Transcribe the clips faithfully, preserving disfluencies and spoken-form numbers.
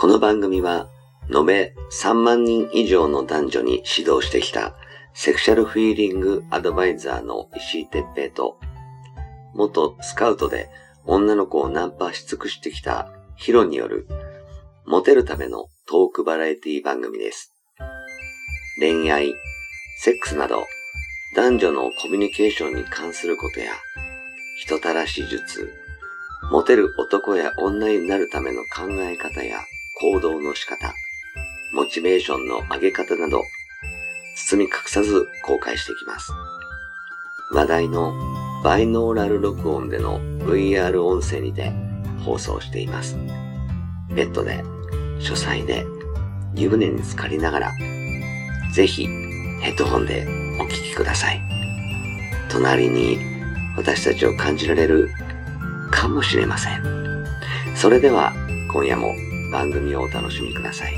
の番組は延べさんまんにん以上の男女に指導してきたセクシャルフィーリングアドバイザーの石井哲平と、元スカウトで女の子をナンパし尽くしてきたヒロによるモテるためのトークバラエティ番組です。恋愛、セックスなど男女のコミュニケーションに関することや人たらし術、モテる男や女になるための考え方や行動の仕方、モチベーションの上げ方など包み隠さず公開していきます。話題のバイノーラル録音での ブイアール 音声にて放送しています。ベッドで、書斎で、湯船に浸かりながら、ぜひヘッドホンでお聞きください。隣に私たちを感じられるかもしれません。それでは今夜も番組をお楽しみください。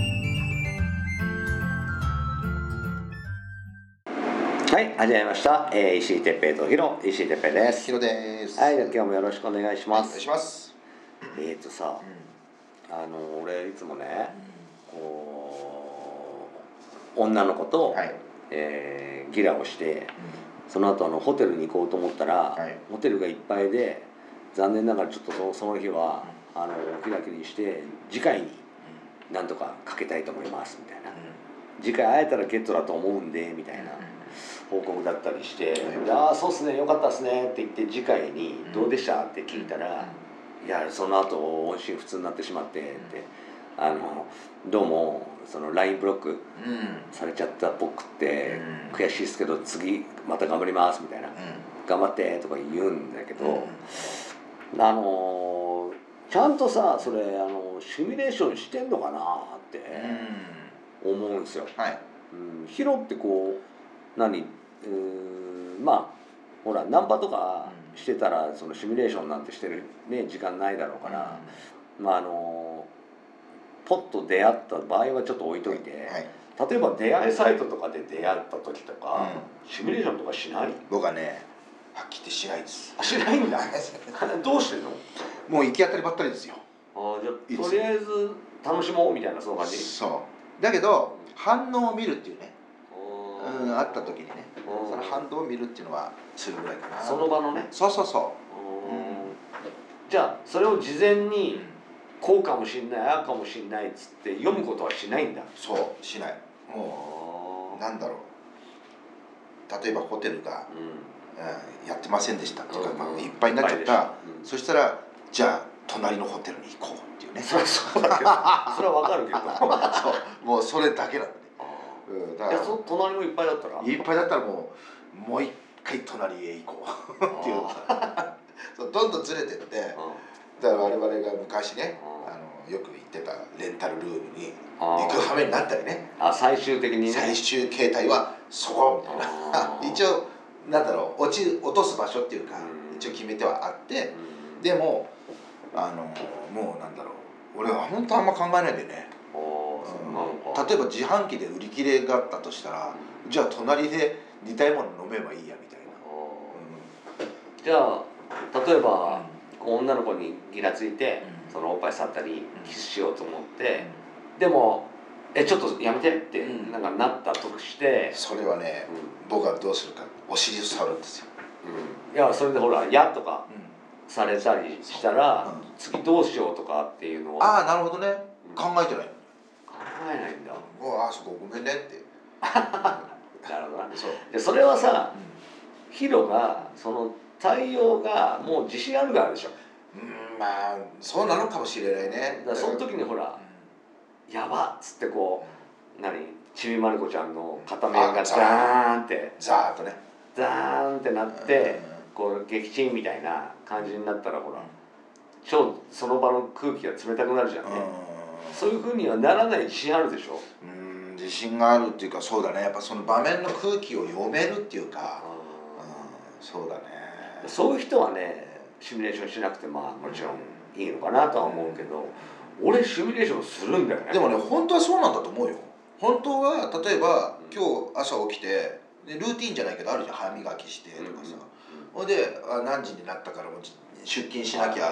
はい、始めました。えー、石井哲平とヒロ、石井哲平です。 ヒロです。 はい、今日もよろしくお願いします。 お願いします。 えーとさ、うん、あの俺いつもね、うん、こう女の子と、はい、えー、ギラをして、うん、その後あのホテルに行こうと思ったら、はい、ホテルがいっぱいで残念ながらちょっと そ, その日は、うん、あのお開きにして次回になんとかかけたいと思いますみたいな、うん、次回会えたらゲットだと思うんでみたいな報告だったりして、うん、ああそうっすねよかったっすねって言って次回にどうでしたって聞いたら、うん、いやその後音信不通になってしまってって、うん、あのどうもその ライン ブロックされちゃったっぽくて、うん、悔しいですけど次また頑張りますみたいな、うん、頑張ってとか言うんだけど、うん、あのちゃんとさそれあのシミュレーションしてんのかなって思うんですよ。はい、うん、ヒロってこう何うーまあほらナンパとかしてたらそのシミュレーションなんてしてる、ね、時間ないだろうから、うん、まああのポッと出会った場合はちょっと置いといて、はい、例えば出会いサイトとかで出会った時とか、うん、シミュレーションとかしない？ 僕はねはっきり言ってしないです。 しないんだどうしてんの？ もう行き当たりばったりですよ。 あじゃあとりあえず楽しもうみたいなその感じ？ そうだけど反応を見るっていうね、うん、会った時にねその反応を見るっていうのはするぐらいかな。 その場のね。 そうそうそう、 うん、じゃあそれを事前に、うんこうかもしんないああかもしんないっつって読むことはしないんだ。 そうしない。もうなんだろう例えばホテルが、うんうん、やってませんでしたとか、うんまあ、いっぱいになっちゃった、うん、そしたらじゃあ隣のホテルに行こうっていうね。 それそうだけどそれはわかるけどそうもうそれだけなんで、 うん、だからいやそ隣もいっぱいだったらいっぱいだったらもうもう一回隣へ行こうっていうそうどんどんずれてって、だから我々が昔ねあのよく行ってたレンタルルームに行く羽目になったりね。 あ最終的にね最終形態はそこみたいな一応なんだろう落ち落とす場所っていうか一応決めてはあってでもあのもうなんだろう俺は本当あんま考えないんだよね。うん、例えば自販機で売り切れがあったとしたらじゃあ隣で似たいもの飲めばいいやみたいな、 うん、じゃあ例えば、うん、女の子にギラついて、うん、そのおっぱい触ったりキスしようと思って、うん、でもえちょっとやめてって、うん、なんかなったとしてそれはね、うん、僕はどうするかお尻を触るんですよ、 うん、いやそれでほら「や」とかされたりしたら、うん、次どうしようとかっていうのはああなるほどね、うん、考えてない考えないんだ。 ああそこごめんねってなるほどな。そうでそれはさ、うん、ヒロがその対応がもう自信あるからでしょ。 うんまあそうなのかもしれないね。 だからその時にほら、うん、やばっつってこう、うん、何ちびまる子ちゃんの片面がザーンってザーンとねザーンってなって、うん、こう撃沈みたいな感じになったらほら、うん、超その場の空気が冷たくなるじゃんね。うん、そういう風にはならない自信あるでしょ。 うん自信があるっていうかそうだねやっぱその場面の空気を読めるっていうか、うん、そうだね。 そういう人はねシミュレーションしなくてまあもちろんいいのかなとは思うけど、俺シミュレーションするんだよね。 でもね本当はそうなんだと思うよ。本当は例えば、うん、今日朝起きてでルーティンじゃないけどあるじゃん歯磨きしてとかさ、ほ、うん、んであ何時になったからもう出勤しなきゃ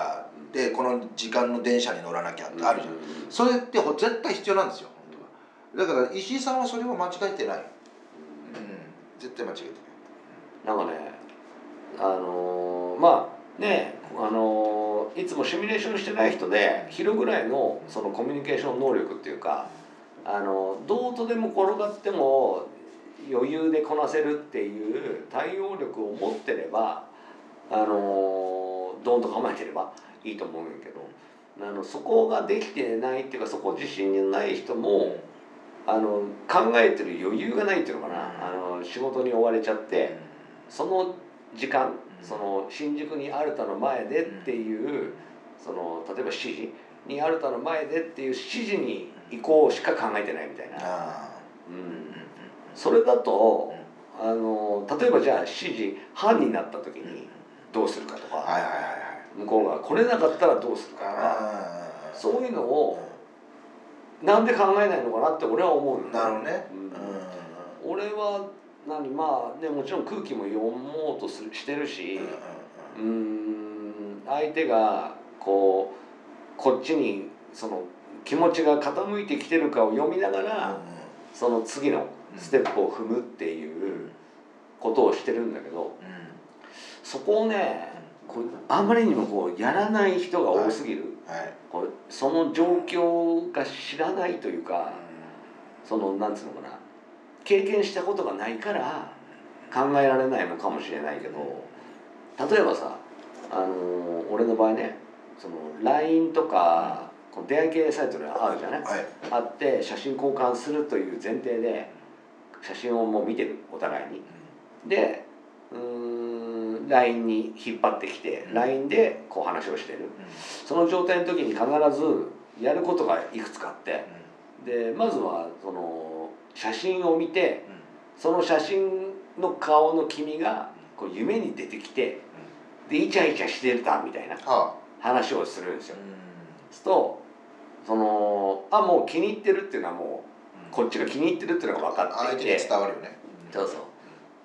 でこの時間の電車に乗らなきゃってあるじゃん、それって絶対必要なんですよ本当は。だから石井さんはそれを間違えてない、うん、絶対間違えてない。なんかねあのー、まあねあのー、いつもシミュレーションしてない人で昼ぐらいのそのコミュニケーション能力っていうか、あのどうとでも転がっても余裕でこなせるっていう対応力を持ってれば、あのー、どんと構えてればいいと思うんやけど、あのそこができてないっていうか、そこ自信にない人もあの考えてる余裕がないっていうのかな、あの仕事に追われちゃって、その時間、その新宿にアルタの前でっていう、その例えばしちじにアルタの前でっていうしちじに行こうしか考えてないみたいな。うん、それだとあの例えばじゃあしちじはんになった時にどうするかとか、向こうが来れなかったらどうするかとか、そういうのをなんで考えないのかなって俺は思うの。 なるほどね、 うん、俺は何まあね、もちろん空気も読もうとするしてるし、うーん相手がこうこっちにその気持ちが傾いてきてるかを読みながら、うん、その次のステップを踏むっていうことをしてるんだけど、うん、そこをねこうあまりにもこうやらない人が多すぎる、はいはい、こうその状況が知らないというか、うん、そのなんつうのかな、経験したことがないから考えられないのかもしれないけど、例えばさ、あのー、俺の場合ね、その ライン とか、うん、この出会い系サイトで会うじゃない、はい、会って写真交換するという前提で写真をもう見てるお互いに、でうーん ライン に引っ張ってきて ライン でこう話をしてる、その状態の時に必ずやることがいくつかあって、でまずはその写真を見て、その写真の顔の君がこう夢に出てきて、でイチャイチャしてたみたいな話をするんですよ。するとそのあもう気に入ってるっていうのはもうこっちが気に入ってるっていうのが分かっていて、 相手に伝わるよね。 そうそう。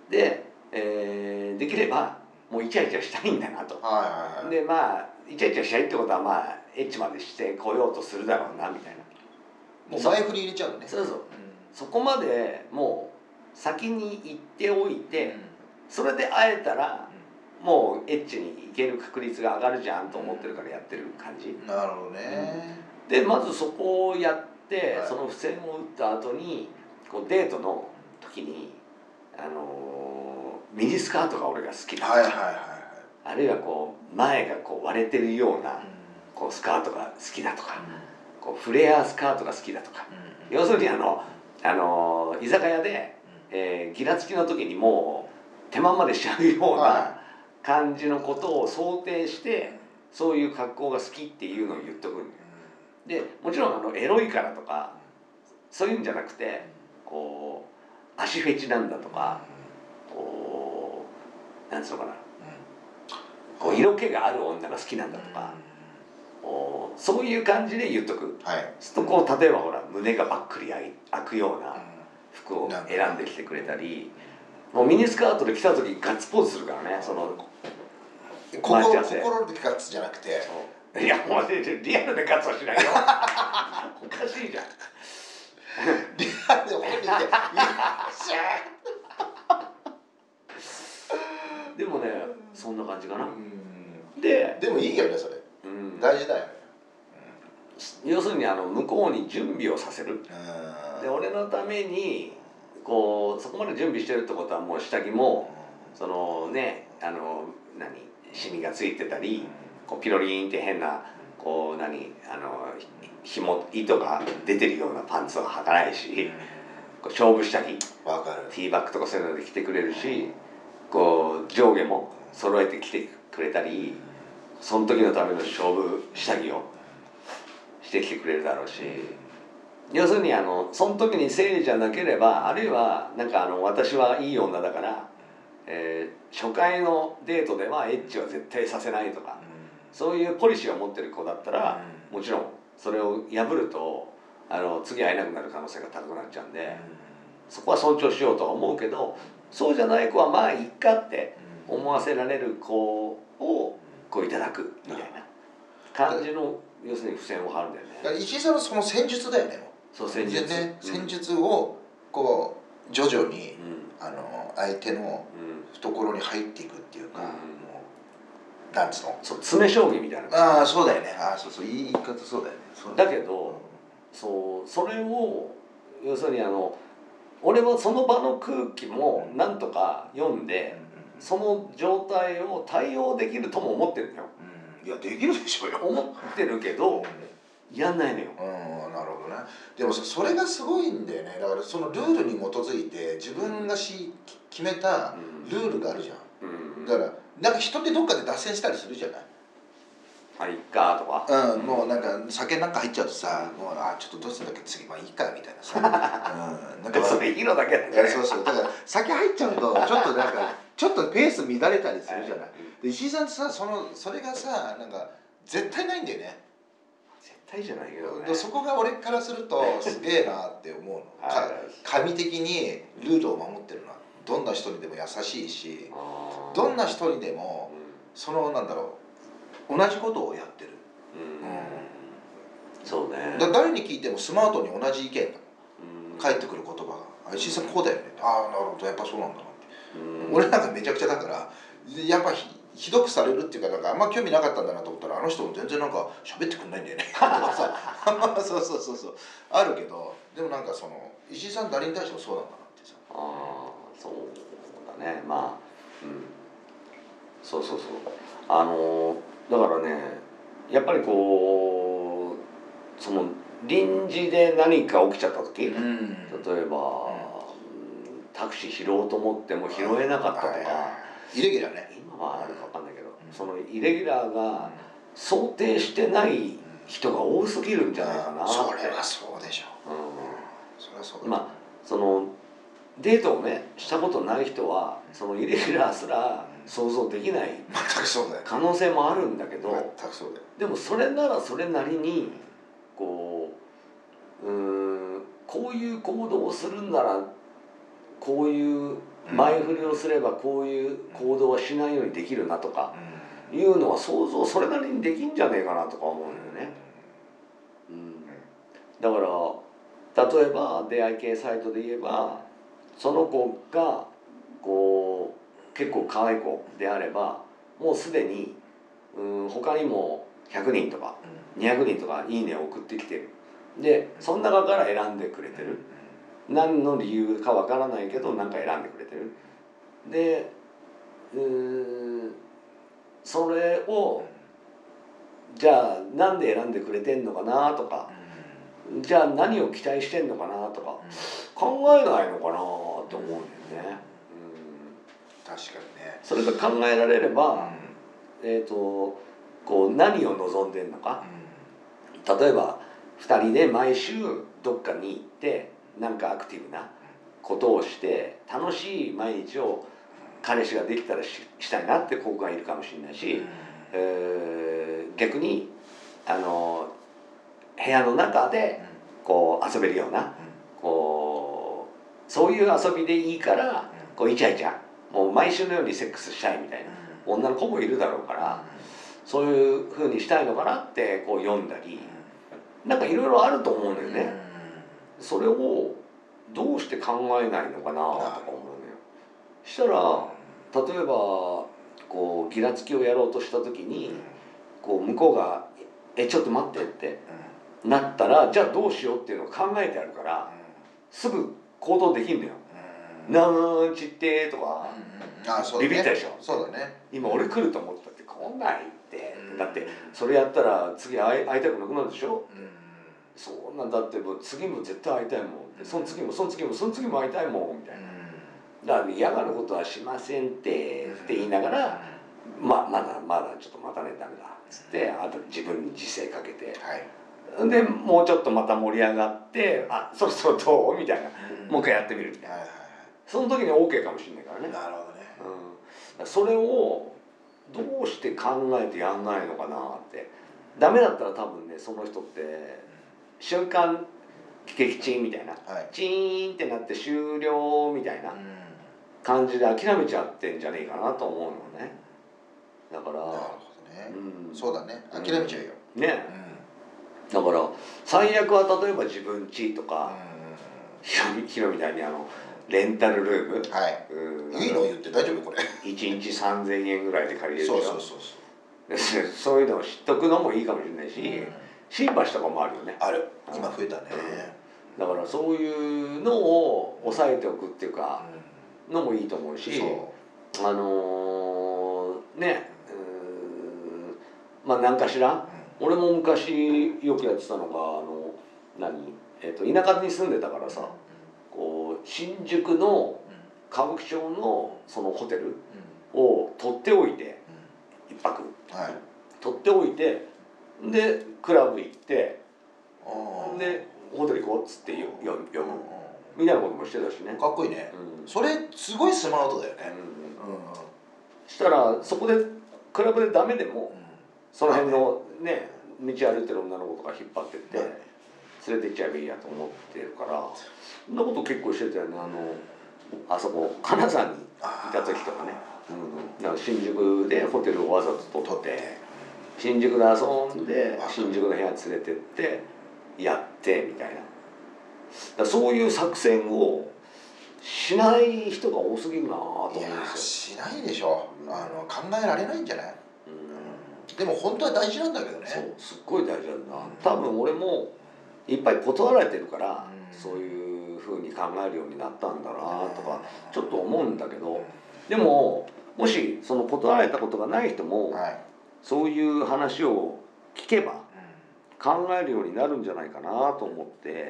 で、えー、できればもうイチャイチャしたいんだなと。でまあイチャイチャしたいってことはまあエッチまでしてこようとするだろうなみたいな。 もう前振り入れちゃうね。 そうそう。うん、そこまでもう先に行っておいて、うん、それで会えたら、うん、もうエッチに行ける確率が上がるじゃんと思ってるからやってる感じ。 うん、なるほどね。 うん、でまずそこをやって、はい、その付箋を打った後にこうデートの時に、あのー、ミニスカートが俺が好きだとか、はいはいはいはい、あるいはこう前がこう割れてるような、うん、こうスカートが好きだとか、うん、こうフレアスカートが好きだとか、うん、要するにあの、あのー、居酒屋で、えー、ギラつきの時にもう手間までしちゃうような感じのことを想定して、そういう格好が好きっていうのを言っとくんだよ。でもちろんあのエロいからとかそういうんじゃなくて、こう足フェチなんだとか、こうなんつうのかな、こう色気がある女が好きなんだとか、こうそういう感じで言っとく、はい、するとこう例えばほら胸がばっくり開くような服を選んできてくれたり、もうミニスカートで来た時ガッツポーズするからね、その心の時ガッツじゃなくて、 いやもうリアルでガッツはしないよおかしいじゃんリアルで本人って「よっしゃー!」でもねそんな感じかな。 ででもいいよねそれ、うん、大事だよね、 うん、要するにあの向こうに準備をさせる。で俺のためにこうそこまで準備してるってことはもう下着もそのねあの何シミがついてたり、こうピロリンって変なこう何あの紐糸が出てるようなパンツを履かないし、こう勝負下着わかるティーバッグとかそういうので着てくれるし、こう上下も揃えて着てくれたり、その時のための勝負下着をしてきてくれるだろうし、要するにあのその時に生理じゃなければ、あるいはなんかあの私はいい女だから、えー、初回のデートではエッチは絶対させないとか、うん、そういうポリシーを持ってる子だったら、うん、もちろんそれを破るとあの次会えなくなる可能性が高くなっちゃうんで、うん、そこは尊重しようとは思うけど、そうじゃない子はまあいっかって思わせられる子をこういただくみたいな感じの要するに付箋を貼るんだよね。 だから石井さんのその戦術だよね。もうそう戦術、 ね、戦術をこう徐々に、 うん、 あの相手の懐に入っていくっていうか、うん、もうなんつうの、 そう詰将棋みたいな。 ああそうだよね。ああそうそう言い方そうだよね。そうだけど、うん、そうそれを要するにあの俺はその場の空気もなんとか読んで、うん、その状態を対応できるとも思ってるんだよ。 うん、いやできるでしょうよ。 思ってるけど、うん、やんないのよ。 うん、なるほどね。でもさそれがすごいんだよね。だからそのルールに基づいて自分がし決めたルールがあるじゃん。うん、だからなんか人ってどっかで脱線したりするじゃない。 あいっかとか、 うん、もうなんか酒なんか入っちゃうとさ、もうあちょっとどうするんだっけ次まあいいかみたいなさ、うん、なんかそれいいのだけだね。そうそうだから酒入っちゃうとちょっとなんかちょっとペース乱れたりするじゃない。で石井さんってさそのそれがさなんか絶対ないんだよね。 絶対じゃないけどね。 そこが俺からするとすげえなって思うの。か神的にルールを守ってるな。どんな人にでも優しいし、どんな人にでもそのなんだろう同じことをやってる。 うん、うん、そうね。 だ誰に聞いてもスマートに同じ意見が返ってくる言葉が「石井さんこうだよね」ああなるほどやっぱそうなんだなって、うん、俺なんかめちゃくちゃだからやっぱひひどくされるっていうかなんかあんま興味なかったんだなと思ったらあの人も全然なんか喋ってくんないんだよねとかさそうそうそうそうあるけどでもなんかその石井さん誰に対してもそうなんだなってさああそうだねまあうんそうそうそうあのだからねやっぱりこうその臨時で何か起きちゃった時、うん、例えば、うん、タクシー拾おうと思っても拾えなかったとか、 イレギュラーね今はあるか分かんないけど、うん、そのイレギュラーが想定してない人が多すぎるんじゃないかなって、 うん、それはそうでしょう、うん、 それはそうだまあそのデートをねしたことない人はそのイレギュラーすら想像できない可能性もあるんだけど、 全くそうだよ。 でもそれならそれなりにこう、うーんこういう行動をするんならこういう前振りをすればこういう行動はしないようにできるなとかいうのは想像それなりにできんじゃねえかなとか思うんだよね。うん、だから例えば出会い系サイトで言えばその子がこう結構可愛い子であればもうすでにうん他にもひゃくにんとかにひゃくにんとかいいねを送ってきてる。でその中から選んでくれてる。何の理由かわからないけど何か選んでくれてる。でうーそれをじゃあなんで選んでくれてんのかなとかじゃあ何を期待してんのかなとか考えないのかなと思うんだよね。 うん、確かにね。 それが考えられれば、うん、えっとこう何を望んでんのか、うん、例えばふたりで毎週どっかに行ってなんかアクティブなことをして楽しい毎日を彼氏ができたら し, したいなって子がいるかもしれないし、うん、えー、逆にあの部屋の中でこう遊べるような、うん、こうそういう遊びでいいからこうイチャイチャもう毎週のようにセックスしたいみたいな女の子もいるだろうからそういう風にしたいのかなってこう読んだりなんかいろいろあると思うんだよね。それをどうして考えないのかなとか思うのよ。したら例えばこうギラつきをやろうとした時にこう向こうが「えちょっと待って」ってなったらじゃあどうしようっていうのを考えてあるからすぐ行動できるのよ。なんちってとかビビったでしょ。 そうだね。 今俺来ると思ったって来ないってだってそれやったら次会いたくなくなるでしょ。そうなんだってもう次も絶対会いたいもんその次もその次もその次も会いたいもんみたいな。だから嫌がることはしませんってって言いながらまあまだまだちょっとまたねダメだっつってあと自分に自制かけて。はいでもうちょっとまた盛り上がってあそろそろどうみたいな、うん、もう一回やってみるみたいな、はいはいはい、その時に OK かもしれないからね。 なるほどね、 うん、それをどうして考えてやんないのかなってダメだったら多分ねその人って瞬間撃沈みたいな、はい、チーンってなって終了みたいな感じで諦めちゃってんじゃねえかなと思うのね。だからなるほどね、うん、そうだね諦めちゃうよ、 ね、うん、だから最悪は例えば自分家とか、うん、ヒロみたいにあのレンタルルーム、 はい、うん、いいの言って大丈夫これいちにちさんぜんえんぐらいで借りれるでしょ。 そうそうそうそうそういうのを知っとくのもいいかもしれないし、うん、新橋とかもあるよね。 ある、今増えたね、 うん、だからそういうのを抑えておくっていうか、うん、のもいいと思うし、あのー、ねうーまあ何かしら、うん、俺も昔よくやってたのがあの何、えー、と田舎に住んでたからさ、うん、こう新宿の歌舞伎町のそのホテルを取っておいて、うん、一泊、はい、取っておいてでクラブ行ってでホテル行こうっつって呼ぶみたいなこともしてたしね。 かっこいいね、うん、それすごいスマートだよね、うんうん、 したらそこでクラブでダメでも、うん、その辺のね道歩いてる女の子とか引っ張ってって連れて行っちゃえばいいやと思ってるから、そんなこと結構してたよね。あのあそこ金沢にいた時とかね、うん、なんか新宿でホテルをわざと取って新宿で遊んで新宿の部屋に連れてってやってみたいな、だそういう作戦をしない人が多すぎるなと思うんですよ。いやしないでしょ、うん、あの考えられないんじゃない、うん、でも本当は大事なんだけどね。 そうすっごい大事なんだ、うん、多分俺もいっぱい断られてるから、うん、そういうふうに考えるようになったんだなとかちょっと思うんだけど、でももしその断られたことがない人も、はい、そういう話を聞けば考えるようになるんじゃないかなと思って、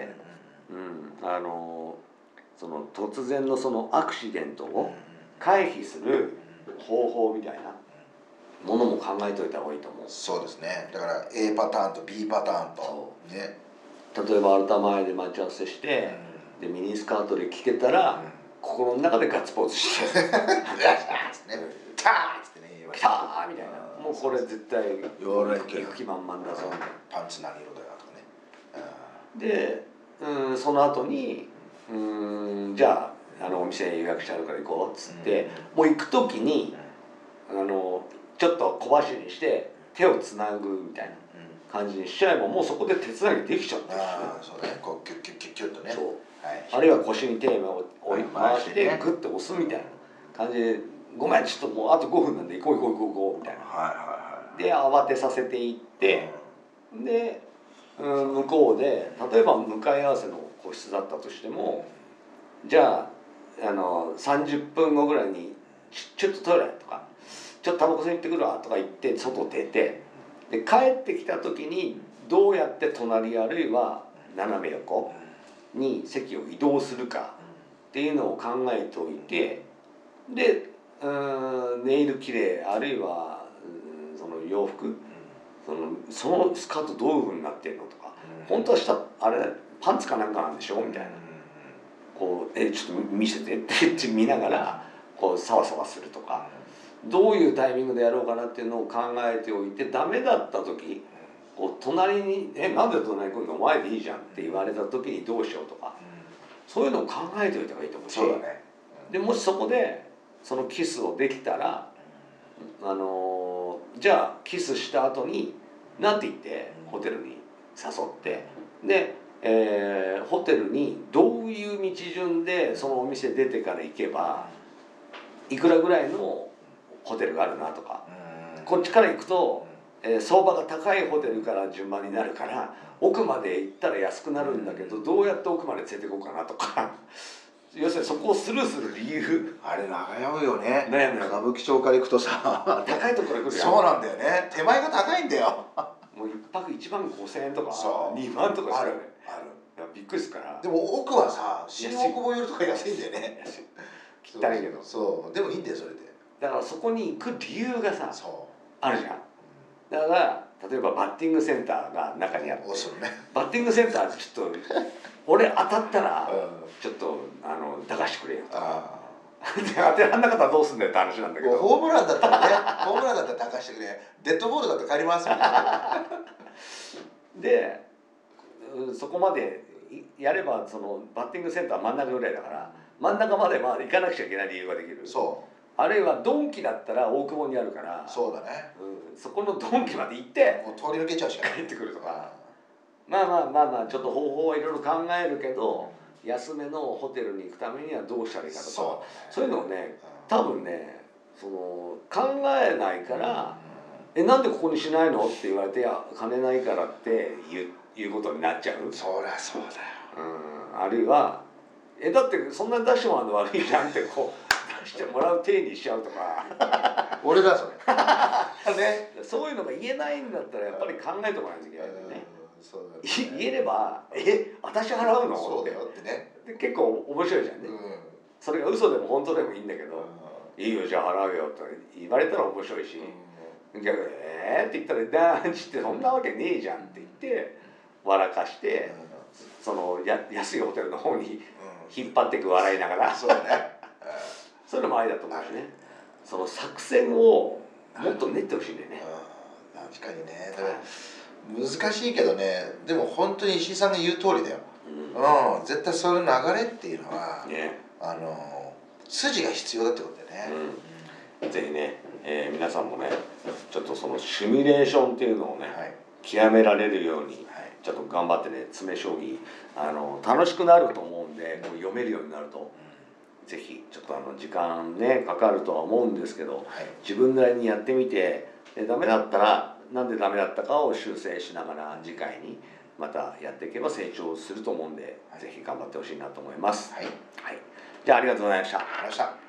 うん、あのその突然のそのアクシデントを回避する方法みたいなものも考えておいた方がいいと思う。 そうですね。だから A パターンと B パターンと、ね、 例えばアルタ前で待ち合わせして、うん、でミニスカートで着てたら、うん、心の中でガッツポーズして「ター!」っつってね「来た!」みたいな、もうこれ絶対行く気満々だぞ、 パンツ何色だよとかね、 うん、で、うん、その後にうんじゃあ、あのお店予約してあるから行こうっつって、うん、もう行く時に、うん、あのちょっと小走りにして手をつなぐみたいな感じにしちゃえばもうそこで手つなぎできちゃってるしね。 ああそうね、こうキュッキュッキュッキュッとね。そう、 はい、あるいは腰に手を置い回してグッと押すみたいな感じで「ごめんちょっともうあとごふんなんで行こう行こう行こう行こう」みたいな、はいはいはい、で慌てさせていって、うん、で、うん、向こうで例えば向かい合わせの個室だったとしても、じゃあ、あのさんじゅっぷんごぐらいにち「ちょっとトイレ」とか「ちょっとタバコ吸いに行ってくるわ」とか言って外出て、で帰ってきた時にどうやって隣あるいは斜め横に席を移動するかっていうのを考えておいて、でうんネイルきれいあるいはその洋服そのそのスカートどういうふうになってんのとか、本当は下あれパンツかなんかなんでしょみたいな、こうえちょっと見せてって言って見ながらこうサワサワするとか、どういうタイミングでやろうかなっていうのを考えておいて、ダメだった時こう隣に「えなんで隣に来るの前でいいじゃん」って言われた時にどうしようとか、そういうのを考えておいた方がいいと思うし、 そうだね、 でもしそこでそのキスをできたら、あのー、じゃあキスした後に何て言ってホテルに誘ってで、えー、ホテルにどういう道順でそのお店出てから行けばいくらぐらいのホテルがあるなとか、こっちから行くと、えー、相場が高いホテルから順番になるから奥まで行ったら安くなるんだけどどうやって奥まで連れて行こうかなとか要するにそこをスルーする理由、 あれ悩むよね。 悩む。 歌舞伎町から行くとさ高いところ来るやん。 そうなんだよね、手前が高いんだよもう一泊いちまんごせんえんとかにまんとかするよね。あるある、びっくりするから。 でも奥はさ新大久保よりとか安いんだよね。 安い汚いけど、 そうでもいいんだよそれで。 だからそこに行く理由がさあるじゃん。だから例えばバッティングセンターが中にあって、ね、バッティングセンターちょっと俺当たったらちょっとあの出かしてくれよとかで当てらんなかったらどうすんだよって話なんだけど、 ホームランだったらねホームランだったら出かしてくれ、デッドボールだったら帰りますみたいなでそこまでやればそのバッティングセンター真ん中ぐらいだから真ん中までまあ行かなくちゃいけない理由ができる。 そあるいはドンキだったら大久保にあるから、 そうだね、 うん、そこのドンキまで行ってもう通り抜けちゃうしかない、 帰ってくるとか、まあまあまあまあちょっと方法はいろいろ考えるけど、安めのホテルに行くためにはどうしたらいいかとか、そう、ね、そういうのをね多分ねその考えないから、うん、えなんでここにしないのって言われて、いや金ないからって言う、言うことになっちゃう。 そりゃそうだよ、 うん、あるいはえだってそんなに出してもらうの悪いじゃんってこう出してもらう体にしちゃうとか俺だそれね、そういうのが言えないんだったらやっぱり考えてもらわないといけないよね。そうだね、言えれば「え私払うの?」 そうだよってね、 で結構面白いじゃんね、うん、それが嘘でも本当でもいいんだけど「いいよじゃあ払うよ」と言われたら面白いし、うん、逆に「えー?」って言ったら「ダーンチってそんなわけねえじゃん」って言って笑かして、うん、そのや安いホテルの方に引っ張っていく笑いながら、うん、そうだねそういうのもありだと思うしね、その作戦をもっと練ってほしいんだよね。 確かにね、だから難しいけどね、でも本当に石井さんが言う通りだよ、うんうん、絶対そういう流れっていうのは、ね、あの筋が必要だってことだよね、 うん、ぜひね、えー、皆さんもねちょっとそのシミュレーションっていうのをね、はい、極められるように、はい、ちょっと頑張ってね詰将棋あの楽しくなると思うんで、もう読めるようになると、うん、ぜひちょっとあの時間ねかかるとは思うんですけど、はい、自分なりにやってみてでダメだったらなんでダメだったかを修正しながら次回にまたやっていけば成長すると思うんで、はい、ぜひ頑張ってほしいなと思います。はい、はい、じゃあありがとうございました。 ありがとうございました。